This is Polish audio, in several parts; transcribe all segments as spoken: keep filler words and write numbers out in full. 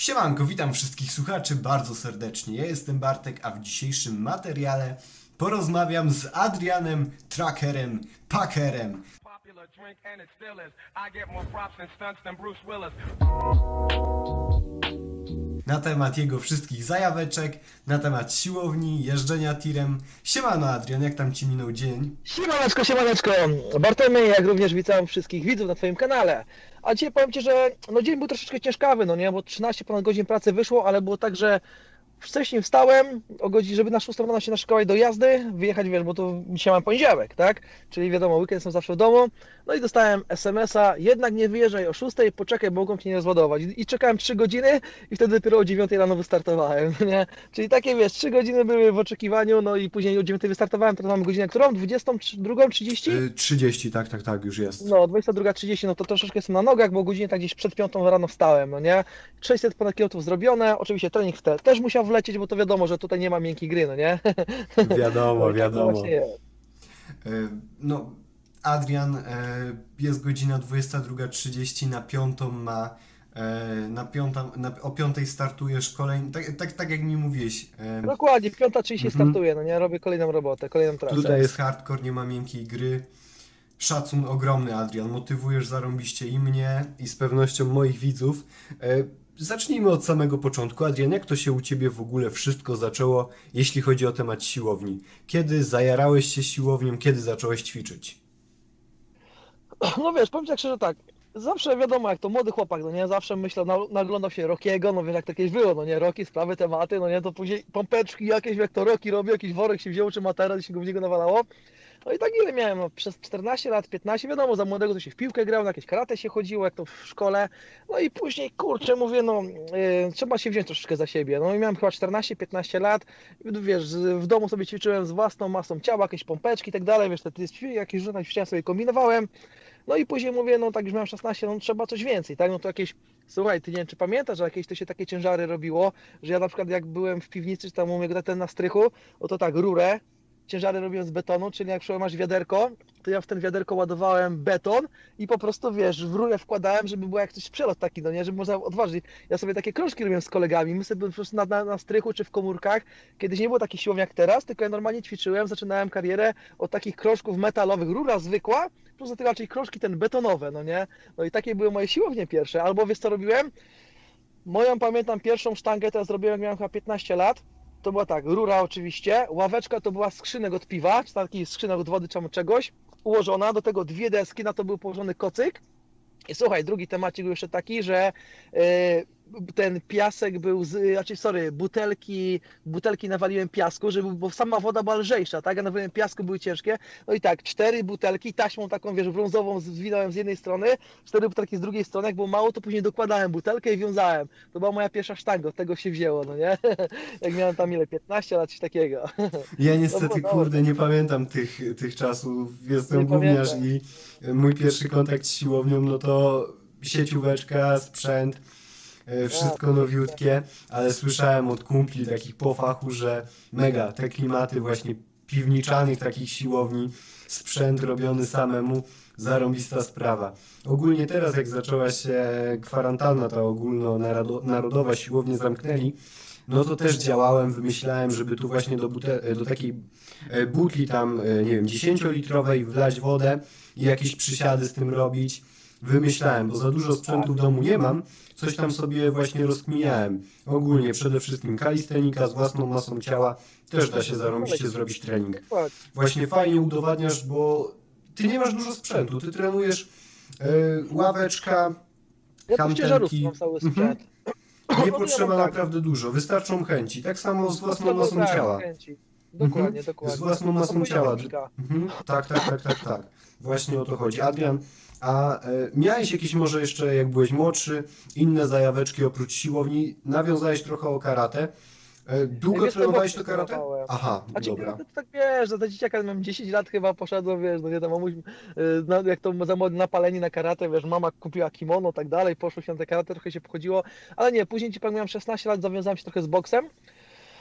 Siemanko, witam wszystkich słuchaczy bardzo serdecznie. Ja jestem Bartek, a w dzisiejszym materiale porozmawiam z Adrianem Trackerem Packerem Popular drink and it still is. I get more props and stunts than Bruce Willis. na temat jego wszystkich zajaweczek, na temat siłowni, jeżdżenia tirem. Siemano Adrian, jak tam ci minął dzień? Siemaneczko, siemaneczko, Bartłomiej, jak również witam wszystkich widzów na Twoim kanale. A dzisiaj powiem Ci, że no dzień był troszeczkę ciężkawy, no nie, bo trzynaście ponad godzin pracy wyszło, ale było tak, że wcześniej wstałem o godzinie, żeby na szóstą rano się naszykować do jazdy, wyjechać, wiesz, bo to dzisiaj mam poniedziałek, tak? Czyli wiadomo, weekend są zawsze w domu. No i dostałem es em es a, jednak nie wyjeżdżaj o szóstej, poczekaj, bo mogą Cię nie rozładować. I czekałem trzy godziny i wtedy dopiero o dziewiątej rano wystartowałem, nie? Czyli takie, wiesz, trzy godziny były w oczekiwaniu, no i później o dziewiątej wystartowałem, teraz mamy godzinę którą? dwudziestą drugą trzydzieści? Yy, trzydzieści, tak, tak, tak, już jest. No, dwudziesta druga trzydzieści, no to troszeczkę jestem na nogach, bo o godzinie tak gdzieś przed piątą rano wstałem, no nie? sześćset ponad kilometrów zrobione, oczywiście trening w te też musiał wlecieć, bo to wiadomo, że tutaj nie ma miękkiej gry, no nie? Wiadomo, Tak wiadomo. właśnie jest. Yy, no, Adrian, yy, jest godzina dwudziesta druga trzydzieści, na piątą ma, yy, na piątą, na, o piątej startuje szkolenie, tak, tak, tak jak mi mówiłeś. Yy, Dokładnie, piąta trzydzieści Mhm. startuję, no nie? Robię kolejną robotę, kolejną trasę. Tutaj jest hardcore, nie ma miękkiej gry. Szacun ogromny, Adrian. Motywujesz zarąbiście i mnie, i z pewnością moich widzów. E, zacznijmy od samego początku. Adrian, jak to się u Ciebie w ogóle wszystko zaczęło, jeśli chodzi o temat siłowni? Kiedy zajarałeś się siłownią, kiedy zacząłeś ćwiczyć? No wiesz, powiem Ci tak szczerze tak, zawsze wiadomo, jak to młody chłopak, no nie? Zawsze myślał, na- naglądał się Rockiego, no wiesz, jak to kiedyś było, no nie? Rocky, sprawy, tematy, no nie? To później pompeczki jakieś, jak to Rocky robił, jakiś worek się wziął, czy matera, i się go w niego nawalało. No i tak ile miałem, no, przez czternaście lat, piętnaście, wiadomo, za młodego to się w piłkę grał, na jakieś karate się chodziło, jak to w szkole. No i później, kurczę, mówię, no, yy, trzeba się wziąć troszeczkę za siebie. No i miałem chyba czternaście piętnaście lat, wiesz, z- w domu sobie ćwiczyłem z własną masą ciała, jakieś pompeczki i tak dalej, wiesz, te, te ćwi- jakieś różne ćwiczenia sobie kombinowałem. No i później mówię, no tak już miałem szesnaście, no trzeba coś więcej, tak? No to jakieś, słuchaj, ty nie wiem, czy pamiętasz, że jakieś to się takie ciężary robiło, że ja na przykład jak byłem w piwnicy, czy tam u mojego taty na strychu, no to tak, rurę, ciężary robiłem z betonu, czyli jak na przykład masz wiaderko, to ja w ten wiaderko ładowałem beton i po prostu, wiesz, w rurę wkładałem, żeby było jak coś przelot taki, no nie, żeby można odważyć. Ja sobie takie krążki robiłem z kolegami, my sobie po prostu na, na, na strychu czy w komórkach, kiedyś nie było takich siłowni jak teraz, tylko ja normalnie ćwiczyłem, zaczynałem karierę od takich krążków metalowych, rura zwykła, plus do tego raczej krążki ten betonowe, no nie, no i takie były moje siłownie pierwsze, albo wiesz co robiłem? Moją pamiętam pierwszą sztangę, teraz zrobiłem, jak miałem chyba piętnaście lat. To była tak, rura oczywiście, ławeczka to była skrzynek od piwa, czy taki skrzynek od wody, czy czegoś, ułożona, do tego dwie deski, na to był położony kocyk. I słuchaj, drugi temacik był jeszcze taki, że e, ten piasek był, z, znaczy sorry, butelki, butelki nawaliłem piasku, żeby, bo sama woda była lżejsza, tak? Ja nawaliłem piasku, były ciężkie. No i tak, cztery butelki, taśmą taką, wiesz, brązową zwinąłem z jednej strony, cztery butelki z drugiej strony, jak było mało, to później dokładałem butelkę i wiązałem. To była moja pierwsza sztanga, od tego się wzięło, no nie? Jak miałem tam ile, piętnaście lat, coś takiego. Ja No niestety, bo kurde, nie pamiętam tych, tych czasów. Jestem Nie gówniarz pamiętam. i mój pierwszy kontakt z siłownią, no to siecióweczka, sprzęt, e, wszystko nowiutkie, ale słyszałem od kumpli takich po fachu, że mega, te klimaty właśnie piwniczanych takich siłowni, sprzęt robiony samemu, zarąbista sprawa. Ogólnie teraz, jak zaczęła się kwarantanna, ta ogólnonarodowa, siłownie zamknęli, no to też działałem, wymyślałem, żeby tu właśnie do, bute- do takiej e, butli tam, e, nie wiem, dziesięciolitrowej wlać wodę i jakieś przysiady z tym robić. Wymyślałem, bo za dużo sprzętu w domu nie mam, coś tam sobie właśnie rozkminiałem. Ogólnie przede wszystkim kalistenika z własną masą ciała, też da się zarąbiście zrobić trening. Dokładnie. Właśnie fajnie udowadniasz, bo ty nie masz dużo sprzętu, ty trenujesz e, ławeczka, Ja tu w ciężarówce hantelki. mam cały Mhm. sprzęt. Nie No to ja potrzeba mam tak. naprawdę dużo, wystarczą chęci. Tak samo z własną masą Tak, ciała. chęci. Dokładnie, Mhm. dokładnie. Z własną No to masą powiedziała ciała. Mika. Mhm. Tak, tak, tak, tak, tak. Właśnie o to chodzi. Adrian, a e, miałeś jakieś może jeszcze, jak byłeś młodszy, inne zajaweczki oprócz siłowni? Nawiązałeś trochę o karate. E, długo Wiesz co, trenowałeś to boksy karate? trenowałem. Aha, A ci dobra. to tak wiesz, za dzieciaka mam dziesięć lat chyba poszedłem, wiesz, no nie tam mamuś, y, no, jak to za młody napaleni na karate, wiesz, mama kupiła kimono, tak dalej, poszło się na te karate, trochę się pochodziło, ale nie, później ci powiem, miałem szesnaście lat, zawiązałem się trochę z boksem.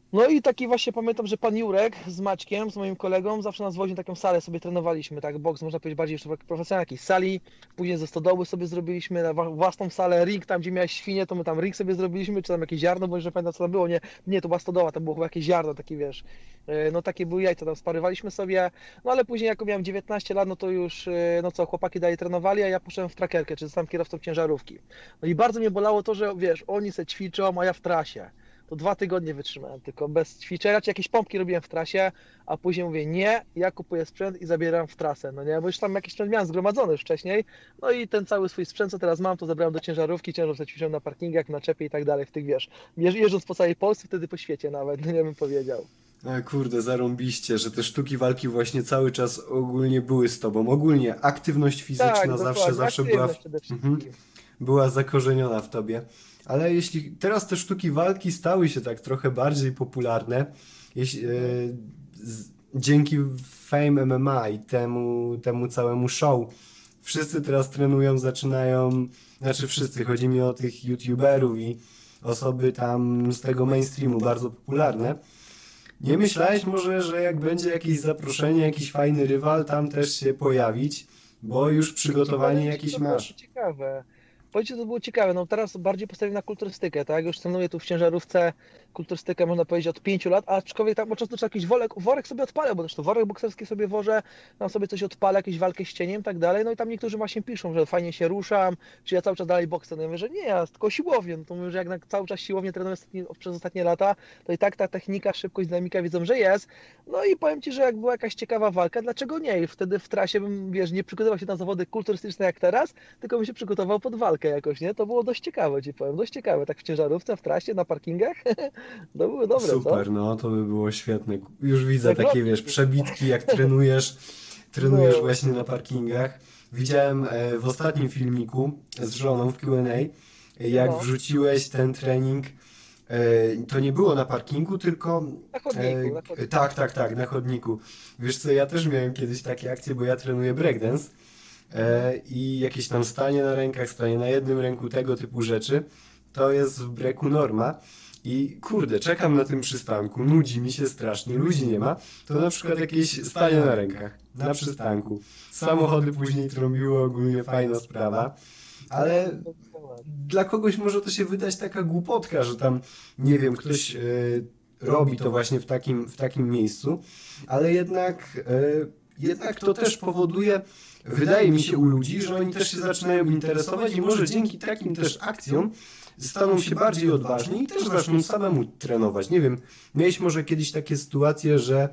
No i taki właśnie pamiętam, że pan Jurek z Maćkiem, z moim kolegą, zawsze nas woził na taką salę, sobie trenowaliśmy, tak, boks można powiedzieć bardziej jeszcze profesjonalnie, jakiejś sali, później ze stodoły sobie zrobiliśmy na wa- własną salę, ring tam, gdzie miałeś świnie, to my tam ring sobie zrobiliśmy, czy tam jakieś ziarno, bo już nie pamiętam co tam było, nie, nie, to była stodoła, tam było chyba jakieś ziarno, takie wiesz, e, no takie były jajca, tam sparywaliśmy sobie, no ale później jak miałem dziewiętnaście lat, no to już, e, no co, chłopaki dalej trenowali, a ja poszedłem w trackerkę, czy zostałem kierowcą ciężarówki. No i bardzo mnie bolało to, że wiesz, oni se ćwiczą, a ja w trasie. To dwa tygodnie wytrzymałem, tylko bez ćwiczenia, czy jakieś pompki robiłem w trasie, a później mówię, nie, ja kupuję sprzęt i zabieram w trasę, no nie, bo już tam jakiś sprzęt miałem zgromadzony już wcześniej, no i ten cały swój sprzęt, co teraz mam, to zabrałem do ciężarówki, ciężarówkę ćwiczyłem na parkingach, na czepie i tak dalej, w tych, wiesz, jeż- jeżdżąc po całej Polsce, wtedy po świecie nawet, no nie bym powiedział. E, Kurde, zarąbiście, że te sztuki walki właśnie cały czas ogólnie były z tobą. Ogólnie aktywność Tak, fizyczna zawsze, dokładnie, zawsze była, aktywność w, przede mhm, wszystkim. była zakorzeniona w tobie. Ale jeśli teraz te sztuki walki stały się tak trochę bardziej popularne, jeśli, e, z, dzięki Fame M M A i temu, temu całemu show, wszyscy teraz trenują, zaczynają, znaczy wszyscy, chodzi mi o tych youtuberów i osoby tam z tego mainstreamu bardzo popularne. Nie myślałeś może, że jak będzie jakieś zaproszenie, jakiś fajny rywal, tam też się pojawić, bo już przygotowanie Powiem ci, jakieś to było masz. ciekawe. Powiem ci, to było ciekawe. No teraz bardziej postawię na kulturystykę, tak? Już trenuję tu w ciężarówce kulturystykę, można powiedzieć, od pięciu lat, aczkolwiek tak, bo często trzeba jakiś worek, worek sobie odpalę, bo też to worek bokserski sobie wożę, tam sobie coś odpalę, jakieś walkę z cieniem i tak dalej. No i tam niektórzy właśnie piszą, że fajnie się ruszam, czy ja cały czas dalej boksem. No ja mówię, że nie, ja tylko siłownię. No to mówię, że jak na cały czas siłownię trenuję ostatni, przez ostatnie lata, to i tak ta technika, szybkość, dynamika wiedzą, że jest. No i powiem ci, że jak była jakaś ciekawa walka, dlaczego nie? I wtedy w trasie bym, wiesz, nie przygotował się na zawody kulturystyczne jak teraz, tylko bym się przygotował pod walkę jakoś, nie? To było dość ciekawe, ci powiem, dość ciekawe. Tak w ciężarówce, w trasie, na parkingach. To były dobre, co? Super, no to by było świetne. Już widzę Jak takie, lotki. wiesz, przebitki, jak trenujesz, trenujesz No, właśnie na parkingach. Widziałem e, w ostatnim filmiku z żoną w Q and A, jak no, wrzuciłeś ten trening. E, to nie było na parkingu, tylko na chodniku, na e, chodniku. tak, tak, tak, na chodniku. Wiesz co, ja też miałem kiedyś takie akcje, bo ja trenuję breakdance. E, i jakieś tam stanie na rękach, stanie na jednym ręku, tego typu rzeczy, to jest w breku norma. I kurde, czekam na tym przystanku, nudzi mi się strasznie, ludzi nie ma, to na przykład jakieś stanie na rękach, na przystanku. Samochody później trąbiły, ogólnie fajna sprawa, ale dla kogoś może to się wydać taka głupotka, że tam, nie wiem, ktoś e, robi to właśnie w takim, w takim miejscu, ale jednak, e, jednak to też powoduje, wydaje mi się u ludzi, że oni też się zaczynają interesować i może dzięki takim też akcjom staną się bardziej odważni i też zaczną samemu trenować. Nie wiem, miałeś może kiedyś takie sytuacje, że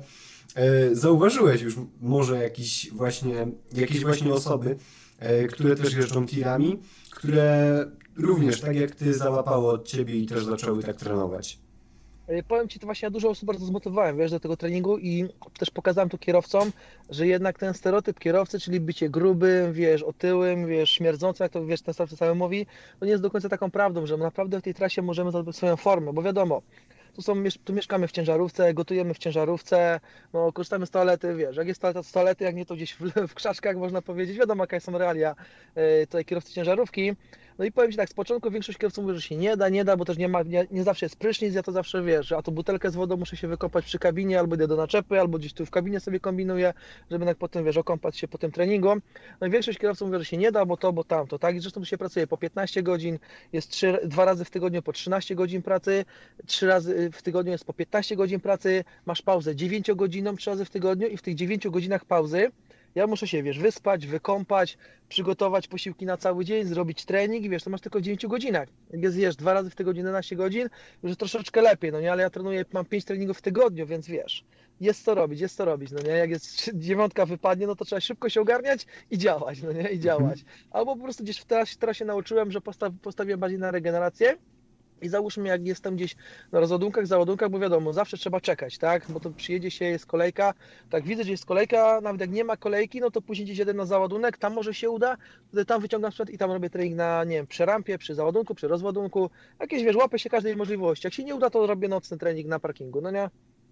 e, zauważyłeś już może jakiś właśnie, jakieś właśnie osoby, e, które też jeżdżą tirami, które również tak jak ty załapało od ciebie i też zaczęły tak trenować. E, Powiem ci, to właśnie ja dużo osób bardzo zmotywowałem, wiesz, do tego treningu i też pokazałem tu kierowcom, że jednak ten stereotyp kierowcy, czyli bycie grubym, wiesz, otyłym, wiesz, śmierdzącym, jak to wiesz, ten stereotyp cały mówi, to nie jest do końca taką prawdą, że naprawdę w tej trasie możemy zadbać swoją formę, bo wiadomo, tu, są, miesz- tu mieszkamy w ciężarówce, gotujemy w ciężarówce, no, korzystamy z toalety, wiesz, jak jest toaleta z toalety, jak nie to gdzieś w, w krzaczkach, można powiedzieć, wiadomo, jakie są realia e, tutaj kierowcy ciężarówki. No i powiem ci tak, z początku większość kierowców mówi, że się nie da, nie da, bo też nie ma, nie, nie zawsze jest prysznic, ja to zawsze wiesz, a to butelkę z wodą muszę się wykąpać przy kabinie, albo idę do naczepy, albo gdzieś tu w kabinie sobie kombinuję, żeby jednak potem, wiesz, okąpać się po tym treningu. No i większość kierowców mówi, że się nie da, bo to, bo tamto, tak? I zresztą tu się pracuje po piętnaście godzin, jest trzy, dwa razy w tygodniu po trzynaście godzin pracy, trzy razy w tygodniu jest po piętnaście godzin pracy, masz pauzę dziewięciogodzinną trzy razy w tygodniu i w tych dziewięciu godzinach pauzy ja muszę się, wiesz, wyspać, wykąpać, przygotować posiłki na cały dzień, zrobić trening i wiesz, to masz tylko w dziewięciu godzinach. Jak jest, wiesz, dwa razy w tygodniu jedenaście godzin, już jest troszeczkę lepiej, no nie, ale ja trenuję, mam pięć treningów w tygodniu, więc wiesz, jest co robić, jest co robić, no nie, jak jest dziewiątka wypadnie, no to trzeba szybko się ogarniać i działać, no nie, i działać. Albo po prostu gdzieś w teraz, teraz się nauczyłem, że postaw, postawiłem bardziej na regenerację. I załóżmy, jak jestem gdzieś na rozładunkach, załadunkach, bo wiadomo, zawsze trzeba czekać, tak? Bo to przyjedzie się, jest kolejka, tak widzę, że jest kolejka, nawet jak nie ma kolejki, no to później gdzieś jeden na załadunek, tam może się uda, wtedy tam wyciągam sprzęt i tam robię trening na, nie wiem, przy rampie, przy załadunku, przy rozładunku, jakieś, wiesz, łapę się każdej możliwości. Jak się nie uda, to robię nocny trening na parkingu, no nie?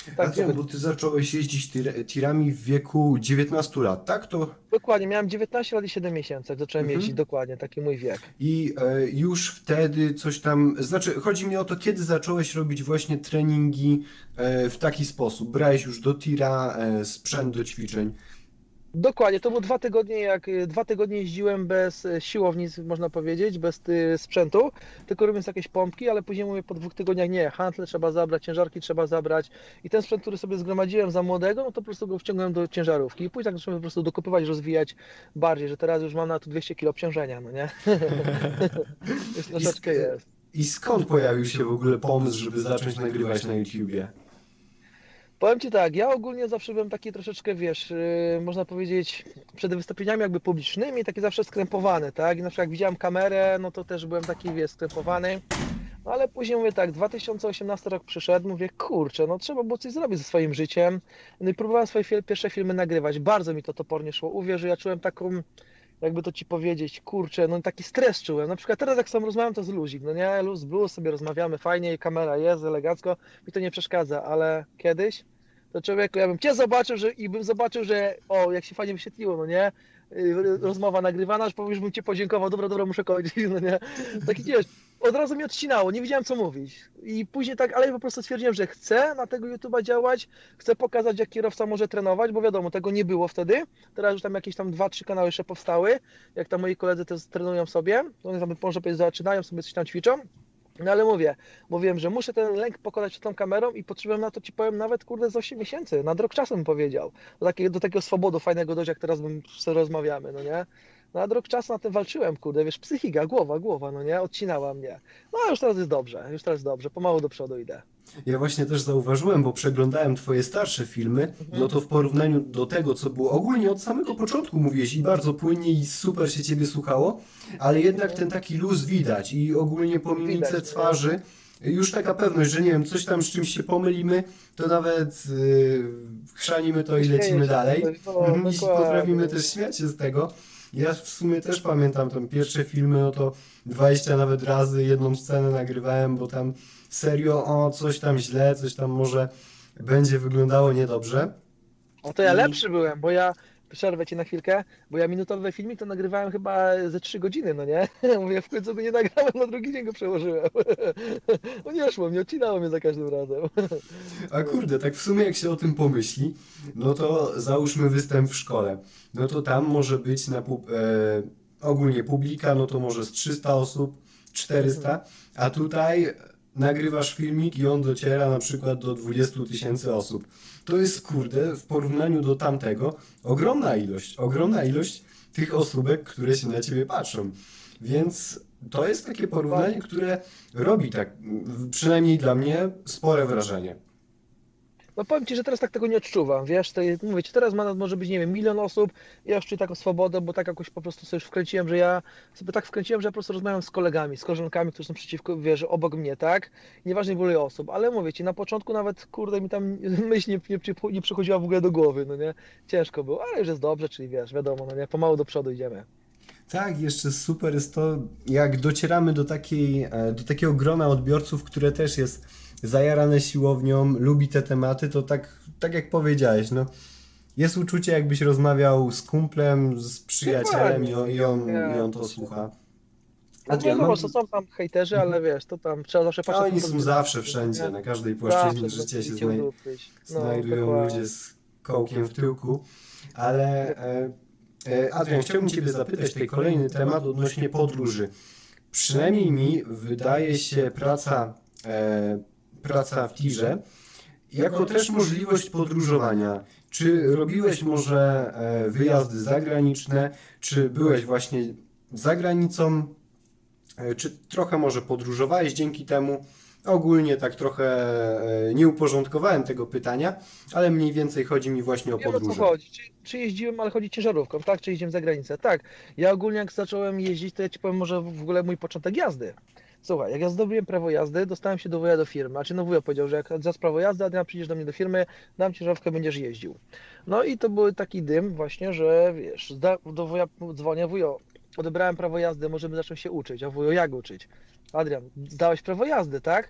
Tak, Adrian, bo ty zacząłeś jeździć tir- tirami w wieku dziewiętnastu lat, tak? To dokładnie, miałem dziewiętnaście lat i siedem miesięcy, jak zacząłem Mhm. jeździć, dokładnie, taki mój wiek. i e, już wtedy coś tam, znaczy chodzi mi o to, kiedy zacząłeś robić właśnie treningi e, w taki sposób. Brałeś już do tira e, sprzęt do ćwiczeń. Dokładnie, to było dwa tygodnie, jak y, dwa tygodnie jeździłem bez y, siłowni, można powiedzieć, bez y, sprzętu, tylko robiąc jakieś pompki, ale później mówię po dwóch tygodniach nie, hantle trzeba zabrać, ciężarki trzeba zabrać i ten sprzęt, który sobie zgromadziłem za młodego, no to po prostu go wciągnąłem do ciężarówki i później tak zacząłem po prostu dokopywać, rozwijać bardziej, że teraz już mam na to dwieście kilo obciążenia, no nie? Już troszeczkę jest. I skąd pojawił się w ogóle pomysł, żeby zacząć nagrywać na YouTubie? Powiem Ci tak, ja ogólnie zawsze byłem taki troszeczkę, wiesz, yy, można powiedzieć, przed wystąpieniami jakby publicznymi, taki zawsze skrępowany, tak? I na przykład jak widziałem kamerę, no to też byłem taki, wiesz, skrępowany. No ale później mówię tak, dwa tysiące osiemnasty rok przyszedł, mówię, kurczę, no trzeba było coś zrobić ze swoim życiem. No i próbowałem swoje fil- pierwsze filmy nagrywać, bardzo mi to topornie szło. Uwierz, że ja czułem taką, jakby to Ci powiedzieć, kurczę, no taki stres czułem. Na przykład teraz jak sam rozmawiam, to z luzik, no nie, luz, blues, sobie rozmawiamy fajnie, kamera jest, elegancko, mi to nie przeszkadza, ale kiedyś to człowieku, ja bym Cię zobaczył, że i bym zobaczył, że o, jak się fajnie wyświetliło, no nie, Y, rozmowa nagrywana, aż powiesz, bym Cię podziękował, dobra, dobra, muszę kończyć, no nie, taki wiesz, od razu mnie odcinało, nie wiedziałem co mówić i później tak, ale ja po prostu stwierdziłem, że chcę na tego YouTube'a działać, chcę pokazać jak kierowca może trenować, bo wiadomo, tego nie było wtedy, teraz już tam jakieś tam dwa, trzy kanały jeszcze powstały, jak tam moi koledzy też trenują sobie, oni tam można powiedzieć zaczynają sobie coś tam ćwiczą. No ale mówię, mówiłem, że muszę ten lęk pokonać przed tą kamerą i potrzebowałem na to, Ci powiem, nawet kurde z osiem miesięcy, nad rok czasu bym powiedział. Do, takiego, do takiego swobodu fajnego dojść, jak teraz bym sobie rozmawiamy, no nie? Nad rok czasu na tym walczyłem, kurde, wiesz, psychika, głowa, głowa, no nie? Odcinała mnie. No a już teraz jest dobrze, już teraz dobrze, pomału do przodu idę. Ja właśnie też zauważyłem, bo przeglądałem twoje starsze filmy, no to w porównaniu do tego, co było ogólnie od samego początku mówiłeś i bardzo płynnie i super się ciebie słuchało, ale jednak ten taki luz widać i ogólnie po mimice Widać, twarzy już taka pewność, że nie wiem, coś tam z czymś się pomylimy, to nawet yy, chrzanimy to i Śmieję lecimy się, dalej. no, Mhm, I dokładnie. potrafimy też śmiać się z tego. Ja w sumie też pamiętam tam pierwsze filmy, no to dwadzieścia nawet razy jedną scenę nagrywałem, bo tam serio, o, coś tam źle, coś tam może będzie wyglądało niedobrze. No to ja I- lepszy byłem, bo ja, przerwę Ci na chwilkę, bo ja minutowy filmik to nagrywałem chyba ze trzy godziny, no nie? Mówię, w końcu go nie nagrałem, na drugi dzień go przełożyłem. No nie szło, nie odcinało mnie za każdym razem. A kurde, tak w sumie jak się o tym pomyśli, no to załóżmy występ w szkole. No to tam może być na pub- e, ogólnie publika, no to może z trzysta osób, czterysta, a tutaj nagrywasz filmik i on dociera na przykład do dwudziestu tysięcy osób. To jest kurde, w porównaniu do tamtego, ogromna ilość, ogromna ilość tych osóbek, które się na ciebie patrzą. Więc to jest takie porównanie, które robi tak, przynajmniej dla mnie, spore wrażenie. No powiem Ci, że teraz tak tego nie odczuwam, wiesz, to jest, mówię Ci, teraz ma, może być, nie wiem, milion osób, ja już czuję taką swobodę, bo tak jakoś po prostu sobie już wkręciłem, że ja sobie tak wkręciłem, że ja po prostu rozmawiam z kolegami, z koleżankami, którzy są przeciwko, wiesz, obok mnie, tak? Nieważne ile osób, ale mówię Ci, na początku nawet, kurde, mi tam myśl nie, nie, przy- nie przychodziła w ogóle do głowy, no nie? Ciężko było, ale już jest dobrze, czyli wiesz, wiadomo, no nie, pomału do przodu idziemy. Tak, jeszcze super jest to, jak docieramy do takiej, e, do takiego grona odbiorców, które też jest zajarane siłownią, lubi te tematy, to tak, tak jak powiedziałeś, no, jest uczucie, jakbyś rozmawiał z kumplem, z przyjacielem i on, i on, i on to słucha. A Adrian, wiadomo, mam- że są tam hejterzy, ale wiesz, to tam trzeba zawsze a patrzeć. oni na to, są co- zawsze wszędzie, na każdej Zawsze płaszczyźnie to życia się widzicie znaj- udupyć. No, znajdują dokładnie. ludzie z kołkiem w tyłku, ale e, e, Adrian, chciałbym Ciebie zapytać tutaj kolejny temat odnośnie podróży. Przynajmniej mi wydaje się praca, e, praca w tirze jako też możliwość podróżowania. Czy robiłeś może e, wyjazdy zagraniczne, czy byłeś właśnie za granicą, e, czy trochę może podróżowałeś dzięki temu? Ogólnie tak trochę e, nie uporządkowałem tego pytania, ale mniej więcej chodzi mi właśnie o Wiem o co podróże. chodzi. Czy, czy jeździłem, ale chodzi ciężarówką, tak? Czy jeździłem za granicę? Tak. Ja ogólnie jak zacząłem jeździć, to ja Ci powiem może w ogóle mój początek jazdy. Słuchaj, jak ja zdobyłem prawo jazdy, dostałem się do wuja do firmy, a czy no wuja powiedział, że jak za prawo jazdy, Adrian, przyjdziesz do mnie do firmy, dam ciężarówkę, będziesz jeździł. No i to był taki dym właśnie, że wiesz, zda- do wuja dzwonię, wujo, odebrałem prawo jazdy, możemy zacząć się uczyć, a wujo, jak uczyć? Adrian, zdałeś prawo jazdy, tak?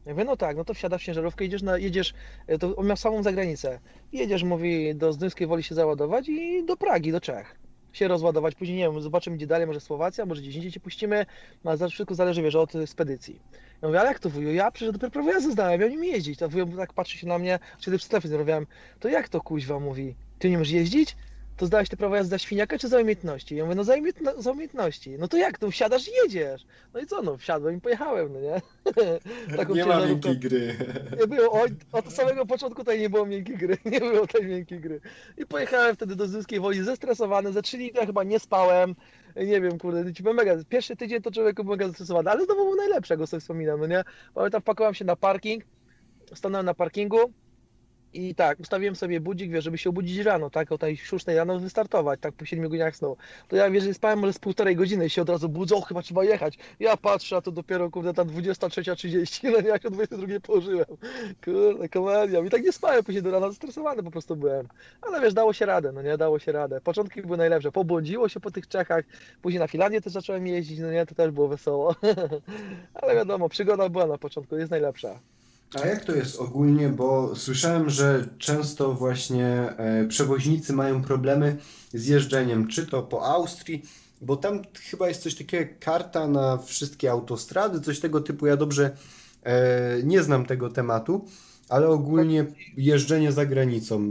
Ja mówię, no tak, no to wsiadasz w ciężarówkę, jedziesz, na, jedziesz, e, to on miał samą zagranicę. Jedziesz, mówi, do Zduńskiej Woli się załadować i do Pragi, do Czech. Się rozładować, później nie wiem, zobaczymy gdzie dalej, może Słowacja, może gdzieś indziej cię puścimy, no ale za wszystko zależy, wiesz, od spedycji. Ja mówię, ale jak to wuju, ja przecież dopiero prawo jazdy zdałem, ja nim jeździć. To wuju tak patrzy się na mnie, czy przy telefon rozmawiałem, to jak to kuźwa, mówi, ty nie możesz jeździć? To zdałeś te prawo jazdy za świniaka czy za umiejętności? Ja mówię, no za, umiejętno- za umiejętności. No to jak, to wsiadasz i jedziesz. No i co, no wsiadłem i pojechałem, no nie? Taką Nie ma ciężarówką. miękkiej gry. Nie było, oj, od samego początku tutaj nie było miękkiej gry, nie było tej miękkiej gry. I pojechałem wtedy do Zduńskiej Woli zestresowany, za trzy dni ja chyba nie spałem, nie wiem, kurde, ci byłem mega, pierwszy tydzień to człowiek był mega zestresowany, ale znowu był najlepszy, jak go sobie wspominam, no nie? Pamiętam, wpakowałem się na parking, stanąłem na parkingu, i tak, ustawiłem sobie budzik, wiesz, żeby się obudzić rano, tak, o tej szóstej rano wystartować, tak, po siedmiu godzinach snu. To ja, wiesz, spałem może z półtorej godziny i się od razu budzą, chyba trzeba jechać. Ja patrzę, a to dopiero, kurde, tam dwudziesta trzecia trzydzieści, no nie, jak o dwudziestej drugiej położyłem. Kurde, komedia. I tak nie spałem później do rana, zestresowany po prostu byłem. Ale wiesz, dało się radę, no nie, dało się radę. Początki były najlepsze, pobłądziło się po tych Czechach, później na Finlandię też zacząłem jeździć, no nie, to też było wesoło. Ale wiadomo, przygoda była na początku, jest najlepsza. A jak to jest ogólnie, bo słyszałem, że często właśnie e, przewoźnicy mają problemy z jeżdżeniem, czy to po Austrii, bo tam chyba jest coś takiego jak karta na wszystkie autostrady, coś tego typu. Ja dobrze e, nie znam tego tematu, ale ogólnie jeżdżenie za granicą,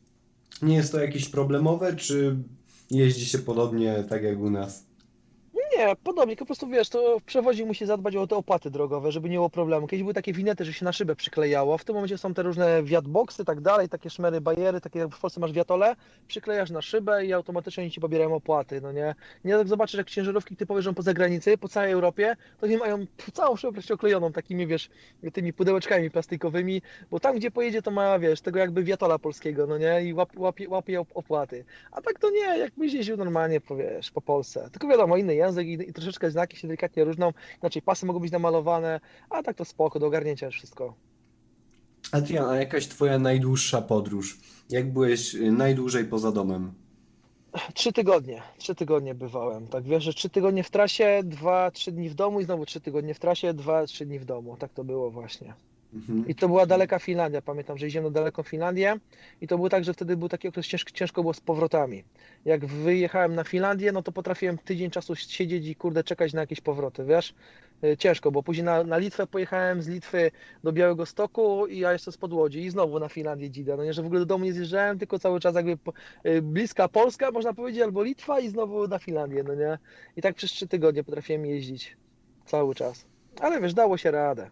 nie jest to jakieś problemowe, czy jeździ się podobnie tak jak u nas? Nie, podobnie, po prostu wiesz, to przewoźnik musi zadbać o te opłaty drogowe, żeby nie było problemu. Kiedyś były takie winety, że się na szybę przyklejało, w tym momencie są te różne wiatboxy i tak dalej, takie szmery, bajery, takie jak w Polsce masz wiatole, przyklejasz na szybę i automatycznie oni ci pobierają opłaty, no nie? Nie jak zobaczysz, jak ciężarówki typowe jeżdżą po zagranicy, po całej Europie, to oni mają całą szybę praktycznie oklejoną takimi, wiesz, tymi pudełeczkami plastikowymi, bo tam, gdzie pojedzie, to ma, wiesz, tego jakby wiatola polskiego, no nie? I łapie, łapie, łapie opłaty. A tak to nie, jakbyś jeździł normalnie, po, wiesz, po Polsce. Tylko wiadomo, inny język i, i troszeczkę znaki się delikatnie różnią, inaczej pasy mogą być namalowane, a tak to spoko, do ogarnięcia już wszystko. Adrian, a jakaś twoja najdłuższa podróż? Jak byłeś y, najdłużej poza domem? Trzy tygodnie, trzy tygodnie bywałem, tak wiesz, że trzy tygodnie w trasie, dwa, trzy dni w domu i znowu trzy tygodnie w trasie, dwa, trzy dni w domu, tak to było właśnie. Mhm. I to była daleka Finlandia, pamiętam, że jeździłem na daleką Finlandię i to było tak, że wtedy był taki okres, ciężko, ciężko było z powrotami. Jak wyjechałem na Finlandię, no to potrafiłem tydzień czasu siedzieć i kurde czekać na jakieś powroty, wiesz? Y, Ciężko, bo później na, na Litwę pojechałem, z Litwy do Białegostoku i ja jeszcze spod Łodzi i znowu na Finlandię dzidę, no nie, że w ogóle do domu nie zjeżdżałem, tylko cały czas jakby po- y, bliska Polska, można powiedzieć, albo Litwa i znowu na Finlandię, no nie? I tak przez trzy tygodnie potrafiłem jeździć cały czas. Ale wiesz, dało się radę.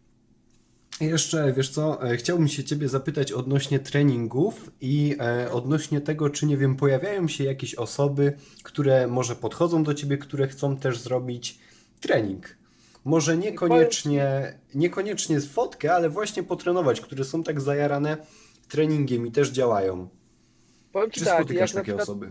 I jeszcze, wiesz co, e, chciałbym się ciebie zapytać odnośnie treningów i e, odnośnie tego, czy nie wiem, pojawiają się jakieś osoby, które może podchodzą do ciebie, które chcą też zrobić trening. Może niekoniecznie, niekoniecznie z fotkę, ale właśnie potrenować, które są tak zajarane treningiem i też działają. Powiem Ci Czy tak, spotykasz jak na takie przykład osoby?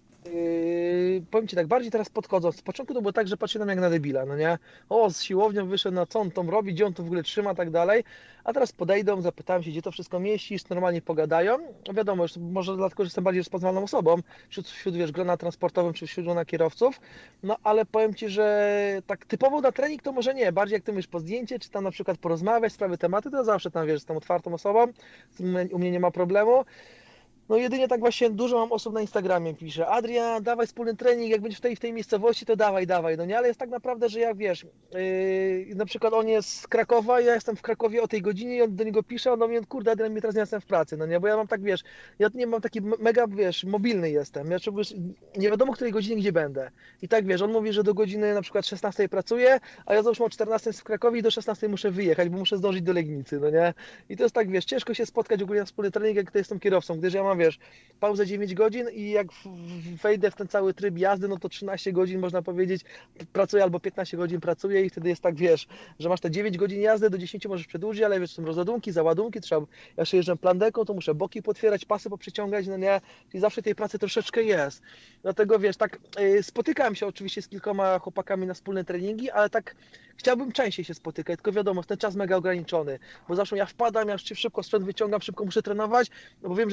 Yy, powiem Ci tak, bardziej teraz podchodzą. Z początku to było tak, że patrzyłem jak na debila, no nie? O, z siłownią wyszedł, na co on tam robi, gdzie on to w ogóle trzyma, tak dalej. A teraz podejdą, zapytałem się, gdzie to wszystko mieścisz, normalnie pogadają. No wiadomo, już może dlatego, że jestem bardziej rozpoznawalną osobą wśród, wśród wiesz, grona transportowym czy wśród grona kierowców. No ale powiem Ci, że tak typowo na trening to może nie. Bardziej jak Ty mówisz po zdjęcie, czy tam na przykład porozmawiać, sprawy tematy, to ja zawsze tam, wiesz, jestem otwartą osobą, z tym u mnie nie ma problemu. No jedynie tak właśnie dużo mam osób na Instagramie pisze, Adrian, dawaj wspólny trening, jak będziesz w tej, w tej miejscowości, to dawaj, dawaj, no nie, ale jest tak naprawdę, że jak wiesz, yy, na przykład on jest z Krakowa, ja jestem w Krakowie o tej godzinie i on do niego pisze, on do mnie, kurde, Adrian, mnie teraz nie jestem w pracy, no nie, bo ja mam tak, wiesz, ja nie mam taki me- mega, wiesz, mobilny jestem, ja czegoś, nie wiadomo, której godzinie, gdzie będę. I tak, wiesz, on mówi, że do godziny na przykład szesnastej pracuję, a ja załóżmy o czternastej jest w Krakowie i do szesnastej muszę wyjechać, bo muszę zdążyć do Legnicy, no nie. I to jest tak, wiesz, ciężko się spotkać ogólnie na wspólny trening, jak to jestem kierowcą, gdyż ja mam, wiesz, pauzę dziewięć godzin i jak w- w- wejdę w ten cały tryb jazdy, no to trzynaście godzin, można powiedzieć, pracuję albo piętnaście godzin pracuję i wtedy jest tak, wiesz, że masz te dziewięć godzin jazdy, do dziesięciu możesz przedłużyć, ale wiesz, są rozładunki, załadunki, trzeba, ja jeszcze jeżdżę plandeką, to muszę boki potwierać, pasy poprzyciągać, no nie, i zawsze tej pracy troszeczkę jest. Dlatego, wiesz, tak, yy, spotykałem się oczywiście z kilkoma chłopakami na wspólne treningi, ale tak chciałbym częściej się spotykać, tylko wiadomo, w ten czas mega ograniczony, bo zawsze ja wpadam, ja szybko sprzęt wyciągam, szybko muszę trenować, no bo wiem, że zaraz mam przed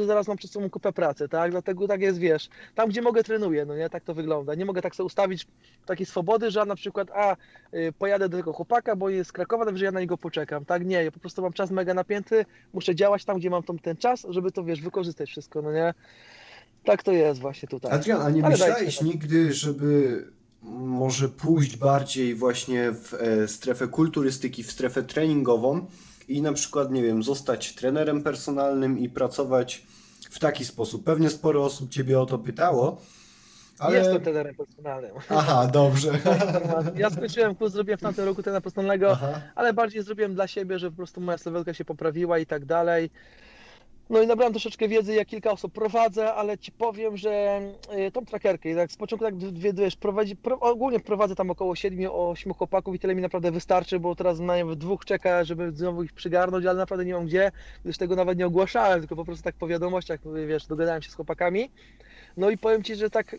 są kupę pracy, tak? Dlatego tak jest, wiesz, tam gdzie mogę trenuję, no nie, tak to wygląda. Nie mogę tak sobie ustawić takiej swobody, że na przykład, a y, pojadę do tego chłopaka, bo jest z Krakowa, dobrze, ja na niego poczekam, tak? Nie, ja po prostu mam czas mega napięty, muszę działać tam, gdzie mam tą, ten czas, żeby to, wiesz, wykorzystać wszystko, no nie? Tak to jest właśnie tutaj. Adrian, a nie Ale myślałeś dajcie. nigdy, żeby może pójść bardziej właśnie w e, strefę kulturystyki, w strefę treningową i na przykład, nie wiem, zostać trenerem personalnym i pracować w taki sposób? Pewnie sporo osób Ciebie o to pytało, ale... Jestem trenerem personalnym. Aha, dobrze. Ja skończyłem kurs, zrobiłem w tamtym roku trenera personalnego, Aha. ale bardziej zrobiłem dla siebie, że po prostu moja sylwetka się poprawiła i tak dalej. No i nabrałem troszeczkę wiedzy, jak kilka osób prowadzę, ale ci powiem, że y, tą trackerkę, i tak z początku tak dwie, wiesz, prowadzi, pro, ogólnie prowadzę tam około siedmiu, ośmiu chłopaków i tyle mi naprawdę wystarczy, bo teraz na nie wiem, dwóch czeka, żeby znowu ich przygarnąć, ale naprawdę nie mam gdzie, gdyż tego nawet nie ogłaszałem, tylko po prostu tak po wiadomościach, wiesz, dogadałem się z chłopakami. No i powiem ci, że tak, y,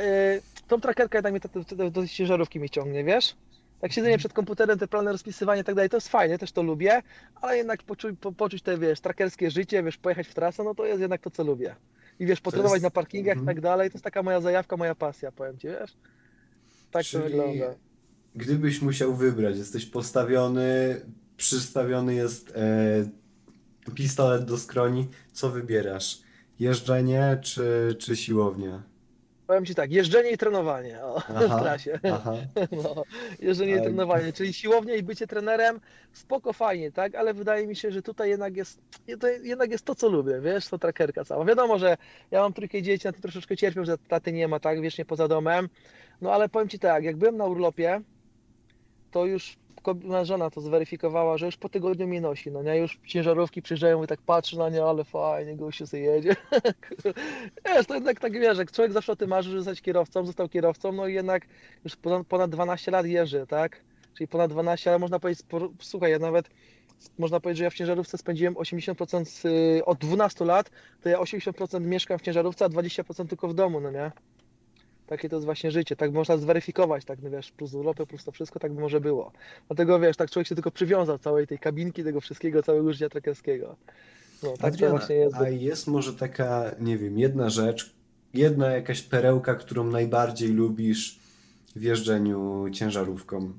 tą trackerkę jednak mnie to, to, to, do ciężarówki mi ciągnie, wiesz? Tak siedzenie przed komputerem, te plany, rozpisywanie i tak dalej, to jest fajnie, też to lubię, ale jednak poczuć, po, poczuć te, wiesz, trackerskie życie, wiesz, pojechać w trasę, no to jest jednak to, co lubię. I wiesz, potrenować jest- na parkingach i mhm. tak dalej, to jest taka moja zajawka, moja pasja, powiem ci, wiesz? Tak to Czyli wygląda. gdybyś musiał wybrać, jesteś postawiony, przystawiony jest e, pistolet do skroni, co wybierasz? Jeżdżenie czy, czy siłownia? Powiem ci tak, jeżdżenie i trenowanie, o, w Aha, trasie. aha. No, jeżdżenie i A, trenowanie, czyli siłownia i bycie trenerem, spoko, fajnie, tak? Ale wydaje mi się, że tutaj jednak jest, to jednak jest to, co lubię, wiesz, to trackerka cała. Wiadomo, że ja mam trójkę dzieci, na tym troszeczkę cierpię, że taty nie ma, tak, wiecznie poza domem. No ale powiem ci tak, jak byłem na urlopie, to już ko- moja żona to zweryfikowała, że już po tygodniu mnie nosi, no nie, już ciężarówki przyjeżdżają i tak patrzę na nie, ale fajnie, gościu sobie jedzie. Wiesz, to jednak tak, wiesz, jak człowiek zawsze o tym marzy, że zostać kierowcą, został kierowcą, no i jednak już ponad, ponad dwanaście lat jeżdżę, tak? Czyli ponad dwanaście, ale można powiedzieć, sporo- słuchaj, ja nawet, można powiedzieć, że ja w ciężarówce spędziłem osiemdziesiąt procent z, y, od dwunastu lat, to ja osiemdziesiąt procent mieszkam w ciężarówce, a dwadzieścia procent tylko w domu, no nie? Takie to jest właśnie życie, tak można zweryfikować, tak, no wiesz, plus urlopy, plus to wszystko, tak by może było. Dlatego, wiesz, tak człowiek się tylko przywiązał całej tej kabinki, tego wszystkiego, całego życia trackerskiego. No, tak to Adriana, właśnie jest. a jest może taka, nie wiem, jedna rzecz, jedna jakaś perełka, którą najbardziej lubisz w jeżdżeniu ciężarówką?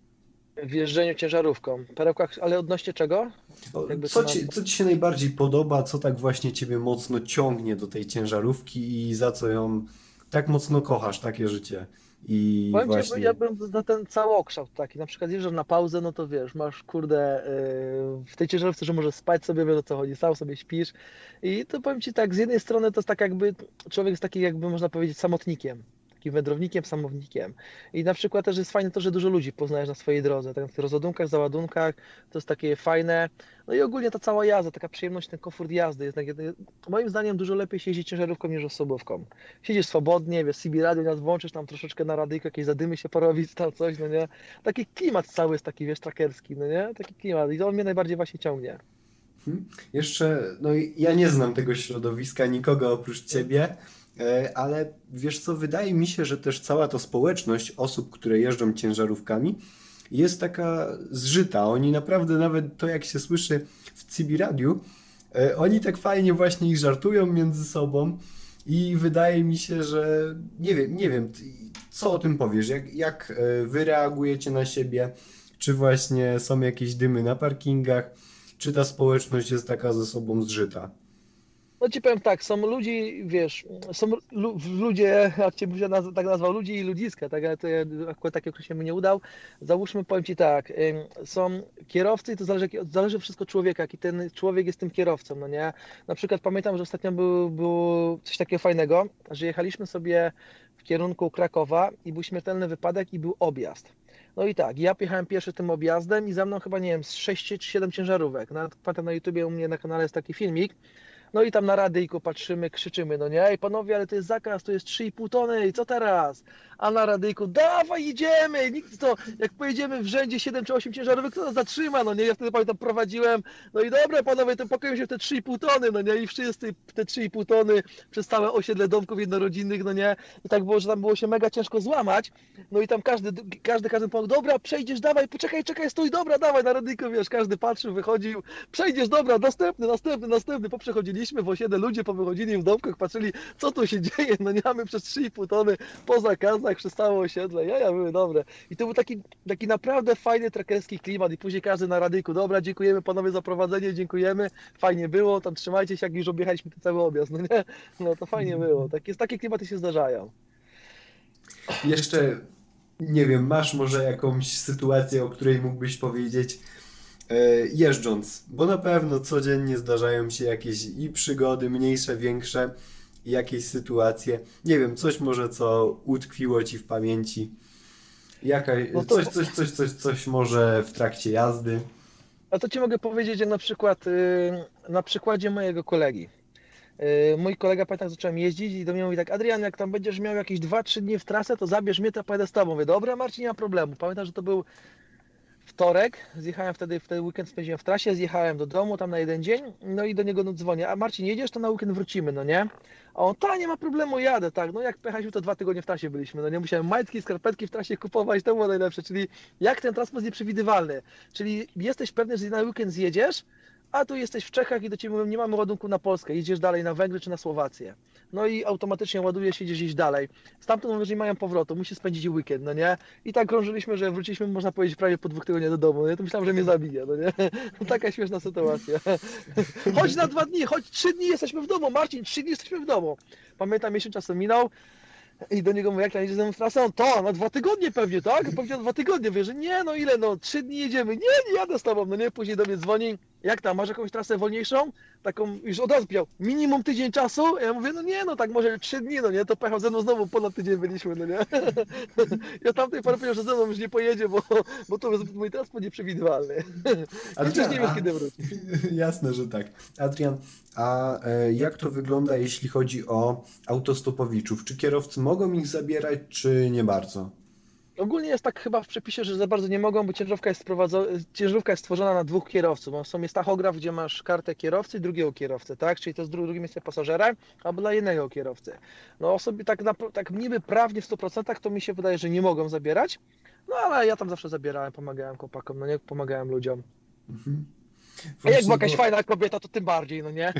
W jeżdżeniu ciężarówką. Perełkach, ale odnośnie czego? O, Jakby Co to ci, nam... co ci się najbardziej podoba, co tak właśnie ciebie mocno ciągnie do tej ciężarówki i za co ją tak mocno kochasz, takie życie? I Powiem ci, bo ja właśnie, bym na ten całokształt taki, na przykład jeżdżasz na pauzę, no to wiesz, masz kurde yy, w tej ciężarówce, że możesz spać sobie, wiesz o co chodzi, sam sobie śpisz i to powiem ci tak, z jednej strony to jest tak jakby, człowiek jest taki jakby można powiedzieć samotnikiem, takim wędrownikiem, samotnikiem i na przykład też jest fajne to, że dużo ludzi poznajesz na swojej drodze, tak na tych rozładunkach, załadunkach, to jest takie fajne, no i ogólnie ta cała jazda, taka przyjemność, ten komfort jazdy jest, tak- moim zdaniem dużo lepiej się jeździ ciężarówką niż osobówką. Siedzisz swobodnie, wiesz, C B radio nas włączysz, tam troszeczkę na radyjko, jakieś zadymy się porobić, tam coś, no nie? Taki klimat cały jest taki, wiesz, trackerski, no nie? Taki klimat i to mnie najbardziej właśnie ciągnie. hmm? Jeszcze, no i ja nie znam tego środowiska, nikogo oprócz ciebie, e, ale wiesz co, wydaje mi się, że też cała ta społeczność osób, które jeżdżą ciężarówkami, jest taka zżyta. Oni naprawdę, nawet to jak się słyszy w C B radiu, e, oni tak fajnie właśnie ich żartują między sobą i wydaje mi się, że nie wiem, nie wiem, ty- co o tym powiesz, jak, jak e, wy reagujecie na siebie, czy właśnie są jakieś dymy na parkingach, czy ta społeczność jest taka ze sobą zżyta? No ci powiem tak, są ludzi, wiesz, są lu ludzie, jak cię bym się naz tak nazwał, ludzi i ludziska, tak, ale to ja akurat takie określenie mi nie udał. Załóżmy, powiem ci tak, ym, są kierowcy i to zależy, jaki- zależy wszystko od człowieka, jaki ten człowiek jest tym kierowcą, no nie? Na przykład pamiętam, że ostatnio był, był coś takiego fajnego, że jechaliśmy sobie w kierunku Krakowa i był śmiertelny wypadek i był objazd. No i tak, ja pojechałem pierwszy tym objazdem i za mną chyba, nie wiem, z sześć czy siedem ciężarówek. Nawet pamiętam na YouTubie u mnie na kanale jest taki filmik. No i tam na radyjku patrzymy, krzyczymy, no nie? Ej panowie, ale to jest zakaz, to jest trzy i pół tony i co teraz? A na radyjku, dawaj, idziemy! Nikt to, jak pojedziemy w rzędzie siedem czy osiem ciężarówek, kto nas zatrzyma, no nie? Ja wtedy pamiętam, prowadziłem, no i dobra panowie, to pakują się w te trzy i pół tony, no nie? I wszyscy w te trzy i pół tony przez całe osiedle domków jednorodzinnych, no nie? I tak było, że tam było się mega ciężko złamać, no i tam każdy, każdy, każdy pomógł, dobra, przejdziesz, dawaj, poczekaj, czekaj, stój, dobra, dawaj, na radyjku, wiesz, każdy patrzył, wychodził, przejdziesz, dobra, następny, następny, następny, poprzechodziliśmy, wychodziliśmy w osiedle, ludzie powychodzili w domkach, patrzyli, co tu się dzieje, no nie mamy przez trzy i pół tony po zakazach przez całe osiedle, jaja były dobre. I to był taki, taki naprawdę fajny trackerski klimat i później każdy na radyjku, dobra, dziękujemy panowie za prowadzenie, dziękujemy, fajnie było, tam trzymajcie się, jak już objechaliśmy ten cały objazd, no nie? No to fajnie było, takie, takie klimaty się zdarzają. Jeszcze, nie wiem, masz może jakąś sytuację, o której mógłbyś powiedzieć e, jeżdżąc, bo na pewno codziennie zdarzają się jakieś i przygody, mniejsze, większe, i jakieś sytuacje. Nie wiem, coś może, co utkwiło ci w pamięci. Jaka, No to- coś, coś, coś, coś, coś może w trakcie jazdy. A to ci mogę powiedzieć, że na przykład y, na przykładzie mojego kolegi. Y, Mój kolega, pamiętam, zacząłem jeździć i do mnie mówi tak, Adrian, jak tam będziesz miał jakieś dwa trzy dni w trasę, to zabierz mnie, to ja pojadę z tobą. Mówię, dobra Marcin, nie ma problemu. Pamiętam, że to był wtorek, zjechałem wtedy, wtedy weekend spędziłem w trasie, zjechałem do domu tam na jeden dzień, no i do niego no, dzwonię, a Marcin, jedziesz, to na weekend wrócimy, no nie? A on, ta, nie ma problemu, jadę, tak, no jak pojechaliśmy, to dwa tygodnie w trasie byliśmy, no nie, musiałem majtki, skarpetki w trasie kupować, to było najlepsze, czyli jak ten transport jest nieprzewidywalny, czyli jesteś pewny, że na weekend zjedziesz, a tu jesteś w Czechach i do ciebie mówią, nie mamy ładunku na Polskę, jedziesz dalej na Węgry czy na Słowację. No i automatycznie ładujesz, jedziesz gdzieś dalej. Stamtąd mówią, że nie mają powrotu, musisz spędzić weekend, no nie? I tak krążyliśmy, że wróciliśmy, można powiedzieć, prawie po dwóch tygodniach do domu, no nie? To myślałem, że mnie zabije, no nie? Taka śmieszna sytuacja. Chodź na dwa dni, chodź trzy dni jesteśmy w domu, Marcin, trzy dni jesteśmy w domu. Pamiętam, miesiąc czasu minął, i do niego mówię, jak tam jedziesz ze mną w trasę? On, to, na dwa tygodnie pewnie, tak? Powiedział, na dwa tygodnie. Mówię, że nie, no ile, no trzy dni jedziemy. Nie, nie jadę z tobą, no nie. Później do mnie dzwoni, jak tam, masz jakąś trasę wolniejszą? Taką, już od razu powiedział, minimum tydzień czasu? Ja mówię, no nie, no tak może trzy dni, no nie. To pojechał ze mną znowu, ponad tydzień byliśmy, no nie. Ja tamtej pory powiedział, że ze mną już nie pojedzie, bo, bo to jest mój transport nieprzewidywalny. I też nie wiem, kiedy wróci. Jasne, że tak. Adrian, a e, jak to wygląda, jeśli chodzi o autostopowiczów? Czy kierowcy mogą ich zabierać, czy nie bardzo? Ogólnie jest tak chyba w przepisie, że za bardzo nie mogą, bo ciężarówka jest, sprowadzo- ciężarówka jest stworzona na dwóch kierowców. Bo są, jest tachograf, gdzie masz kartę kierowcy i drugiego kierowcy, tak? Czyli to jest dru- drugie miejsce pasażera, albo dla jednego kierowcy. No osoby tak, na, tak niby prawnie w stu procentach to mi się wydaje, że nie mogą zabierać, no ale ja tam zawsze zabierałem, pomagałem chłopakom, no nie, pomagałem ludziom. Mhm. A jak Właśnie, była jakaś bo- fajna kobieta, to tym bardziej, no nie?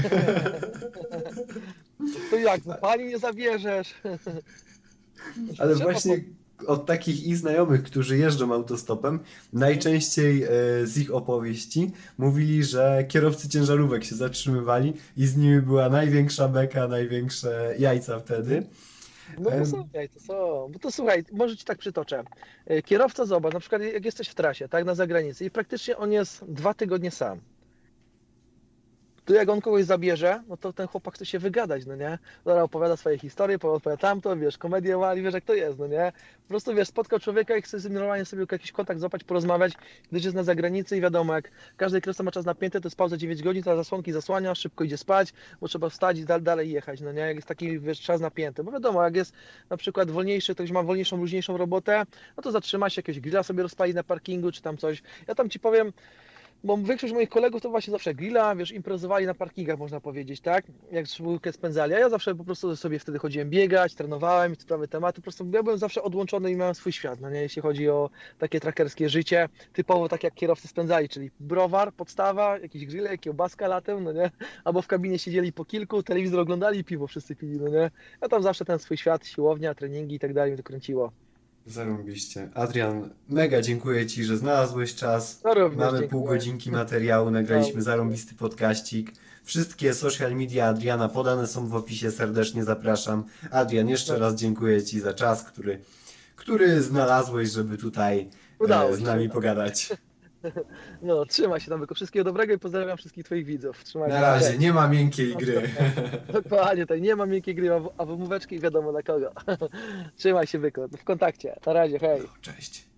To jak, no pani nie zabierzesz? Ale Trzeba właśnie od takich ich znajomych, którzy jeżdżą autostopem, najczęściej e, z ich opowieści mówili, że kierowcy ciężarówek się zatrzymywali i z nimi była największa beka, największe jajca wtedy. No to Em. są, jaj, to są. Bo to słuchaj, może ci tak przytoczę. E, Kierowca zobacz, na przykład jak jesteś w trasie, tak, na zagranicy i praktycznie on jest dwa tygodnie sam. To jak on kogoś zabierze, no to ten chłopak chce się wygadać, no nie? Zaraz opowiada swoje historie, opowiada tamto, wiesz, komedię wali, wiesz jak to jest, no nie? Po prostu, wiesz, spotkał człowieka i chce z nim normalnie sobie jakiś kontakt złapać, porozmawiać, gdyż jest na zagranicy i wiadomo, jak każdy kierowca ma czas napięty, to jest pauza dziewięć godzin, to zasłonki zasłania, szybko idzie spać, bo trzeba wstać i dal- dalej jechać, no nie? Jak jest taki, wiesz, czas napięty, bo wiadomo, jak jest na przykład wolniejszy, ktoś ma wolniejszą, luźniejszą robotę, no to zatrzyma się, jakiegoś grilla sobie rozpali na parkingu, czy tam coś. Ja tam ci powiem, bo większość moich kolegów to właśnie zawsze grilla, wiesz, imprezowali na parkingach, można powiedzieć, tak? Jak szkółkę spędzali, a ja zawsze po prostu sobie wtedy chodziłem biegać, trenowałem, sprawy tematy, po prostu ja byłem zawsze odłączony i miałem swój świat, no nie? Jeśli chodzi o takie trackerskie życie, typowo tak jak kierowcy spędzali, czyli browar, podstawa, jakiś grillek, kiełbaska latem, no nie? Albo w kabinie siedzieli po kilku, telewizor oglądali i piwo wszyscy pili, no nie? Ja tam zawsze ten swój świat, siłownia, treningi i tak dalej mi to kręciło. Zarąbiście. Adrian, mega dziękuję Ci, że znalazłeś czas. No również Mamy dziękuję. pół godzinki materiału, nagraliśmy Dobrze. zarąbisty podkaścik. Wszystkie social media Adriana podane są w opisie, serdecznie zapraszam. Adrian, jeszcze Dobrze. raz dziękuję Ci za czas, który, który znalazłeś, żeby tutaj Udało e, z się. nami pogadać. No, trzymaj się tam, tylko wszystkiego dobrego i pozdrawiam wszystkich Twoich widzów. Trzymaj Na się. razie, Cześć. nie ma miękkiej gry. Dokładnie, tutaj nie ma miękkiej gry, a wymóweczki wiadomo dla kogo. Trzymaj się, byku, w kontakcie. Na razie, hej. Cześć.